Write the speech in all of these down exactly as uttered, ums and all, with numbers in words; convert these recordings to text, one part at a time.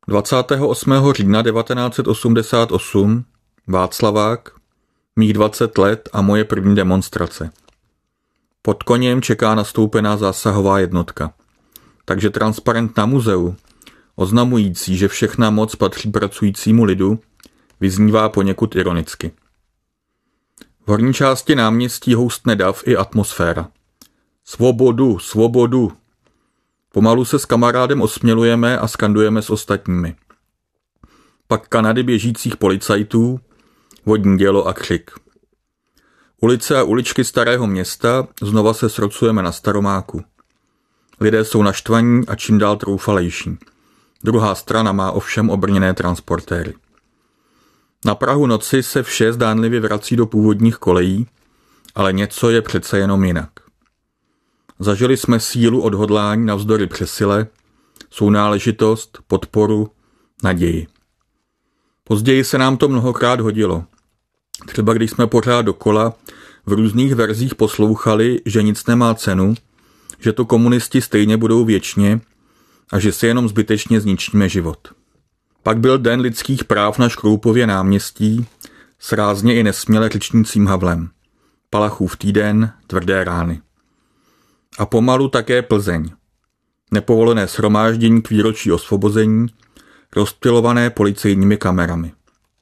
dvacátého osmého října devatenáct set osmdesát osm Václavák, mých dvacet let a moje první demonstrace. Pod koněm čeká nastoupená zásahová jednotka. Takže transparent na muzeu, oznamující, že všechna moc patří pracujícímu lidu, vyznívá poněkud ironicky. V horní části náměstí houstne dav i atmosféra. Svobodu, svobodu! Pomalu se s kamarádem osmělujeme a skandujeme s ostatními. Pak kanady běžících policajtů, vodní dělo a křik. Ulice a uličky starého města, znova se srocujeme na Staromáku. Lidé jsou naštvaní a čím dál troufalejší. Druhá strana má ovšem obrněné transportéry. Na prahu noci se vše zdánlivě vrací do původních kolejí, ale něco je přece jenom jinak. Zažili jsme sílu odhodlání navzdory přesile, sounáležitost, podporu, naději. Později se nám to mnohokrát hodilo. Třeba když jsme pořád dokola v různých verzích poslouchali, že nic nemá cenu, že to komunisti stejně budou věčně a že si jenom zbytečně zničíme život. Pak byl Den lidských práv na Škroupově náměstí s rázně i nesměle řečnícím Havlem. Palachův týden, tvrdé rány. A pomalu také Plzeň. Nepovolené shromáždění k výročí osvobození, rozptylované policejními kamerami.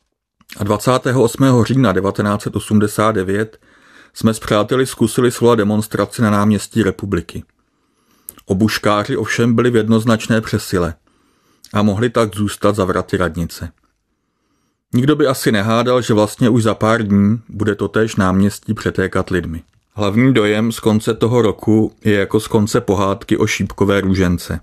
A dvacátého osmého října devatenáct set osmdesát devět jsme s přáteli zkusili svolat demonstraci na náměstí Republiky. Obuškáři ovšem byli v jednoznačné přesile a mohli tak zůstat za vraty radnice. Nikdo by asi nehádal, že vlastně už za pár dní bude totéž náměstí přetékat lidmi. Hlavní dojem z konce toho roku je jako z konce pohádky o šípkové růžence.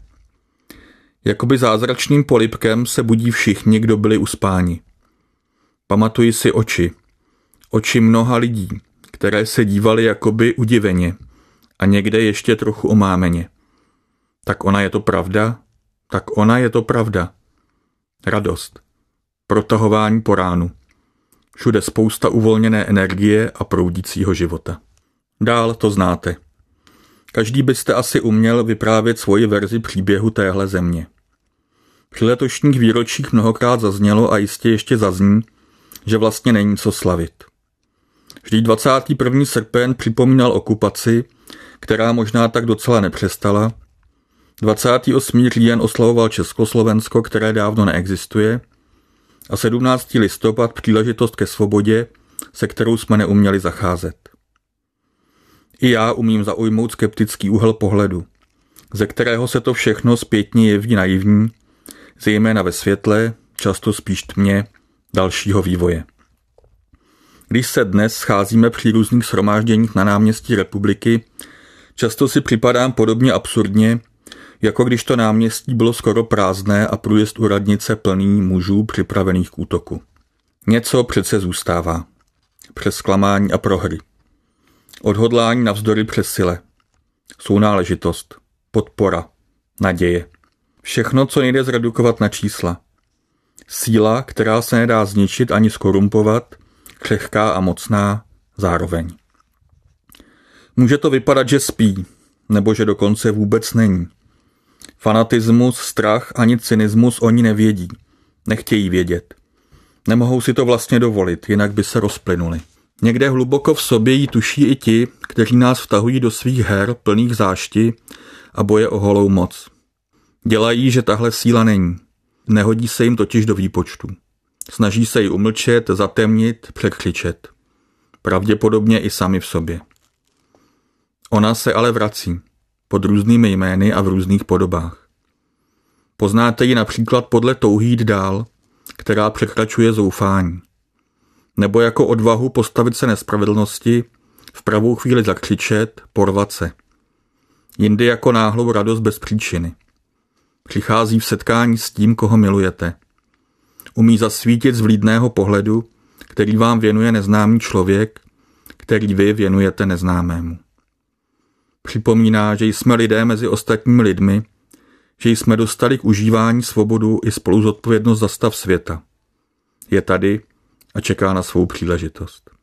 Jakoby zázračným polibkem se budí všichni, kdo byli uspáni. Pamatuji si oči. Oči mnoha lidí, které se dívaly jakoby udiveně a někde ještě trochu omámeně. Tak ona je to pravda? Tak ona je to pravda. Radost. Protahování po ránu. Všude spousta uvolněné energie a proudícího života. Dál to znáte. Každý byste asi uměl vyprávět svoji verzi příběhu téhle země. Při letošních výročích mnohokrát zaznělo a jistě ještě zazní, že vlastně není co slavit. Vždyť dvacátého prvního srpen připomínal okupaci, která možná tak docela nepřestala. dvacátého osmého říjen oslavoval Československo, které dávno neexistuje, a sedmnáctého listopad příležitost ke svobodě, se kterou jsme neuměli zacházet. I já umím zaujmout skeptický úhel pohledu, ze kterého se to všechno zpětně jeví naivní, zejména ve světle, často spíš tmě, dalšího vývoje. Když se dnes scházíme při různých shromážděních na náměstí Republiky, často si připadám podobně absurdně, jako když to náměstí bylo skoro prázdné a průjezd u radnice plný mužů připravených k útoku. Něco přece zůstává. Přes zklamání a prohry. Odhodlání navzdory přesile. Sounáležitost. Podpora. Naděje. Všechno, co nejde zredukovat na čísla. Síla, která se nedá zničit ani skorumpovat, křehká a mocná zároveň. Může to vypadat, že spí, nebo že dokonce vůbec není. Fanatismus, strach ani cynismus oni nevědí. Nechtějí vědět. Nemohou si to vlastně dovolit, jinak by se rozplynuli. Někde hluboko v sobě jí tuší i ti, kteří nás vtahují do svých her plných zášti a boje o holou moc. Dělají, že tahle síla není. Nehodí se jim totiž do výpočtu. Snaží se ji umlčet, zatemnit, překřičet. Pravděpodobně i sami v sobě. Ona se ale vrací. Pod různými jmény a v různých podobách. Poznáte ji například podle touhy jít dál, která překračuje zoufání. Nebo jako odvahu postavit se nespravedlnosti, v pravou chvíli zakřičet, porvat se. Jindy jako náhlou radost bez příčiny. Přichází v setkání s tím, koho milujete. Umí zasvítit z vlídného pohledu, který vám věnuje neznámý člověk, který vy věnujete neznámému. Připomíná, že jsme lidé mezi ostatními lidmi, že jsme dostali k užívání svobodu i spoluzodpovědnost za stav světa. Je tady a čeká na svou příležitost.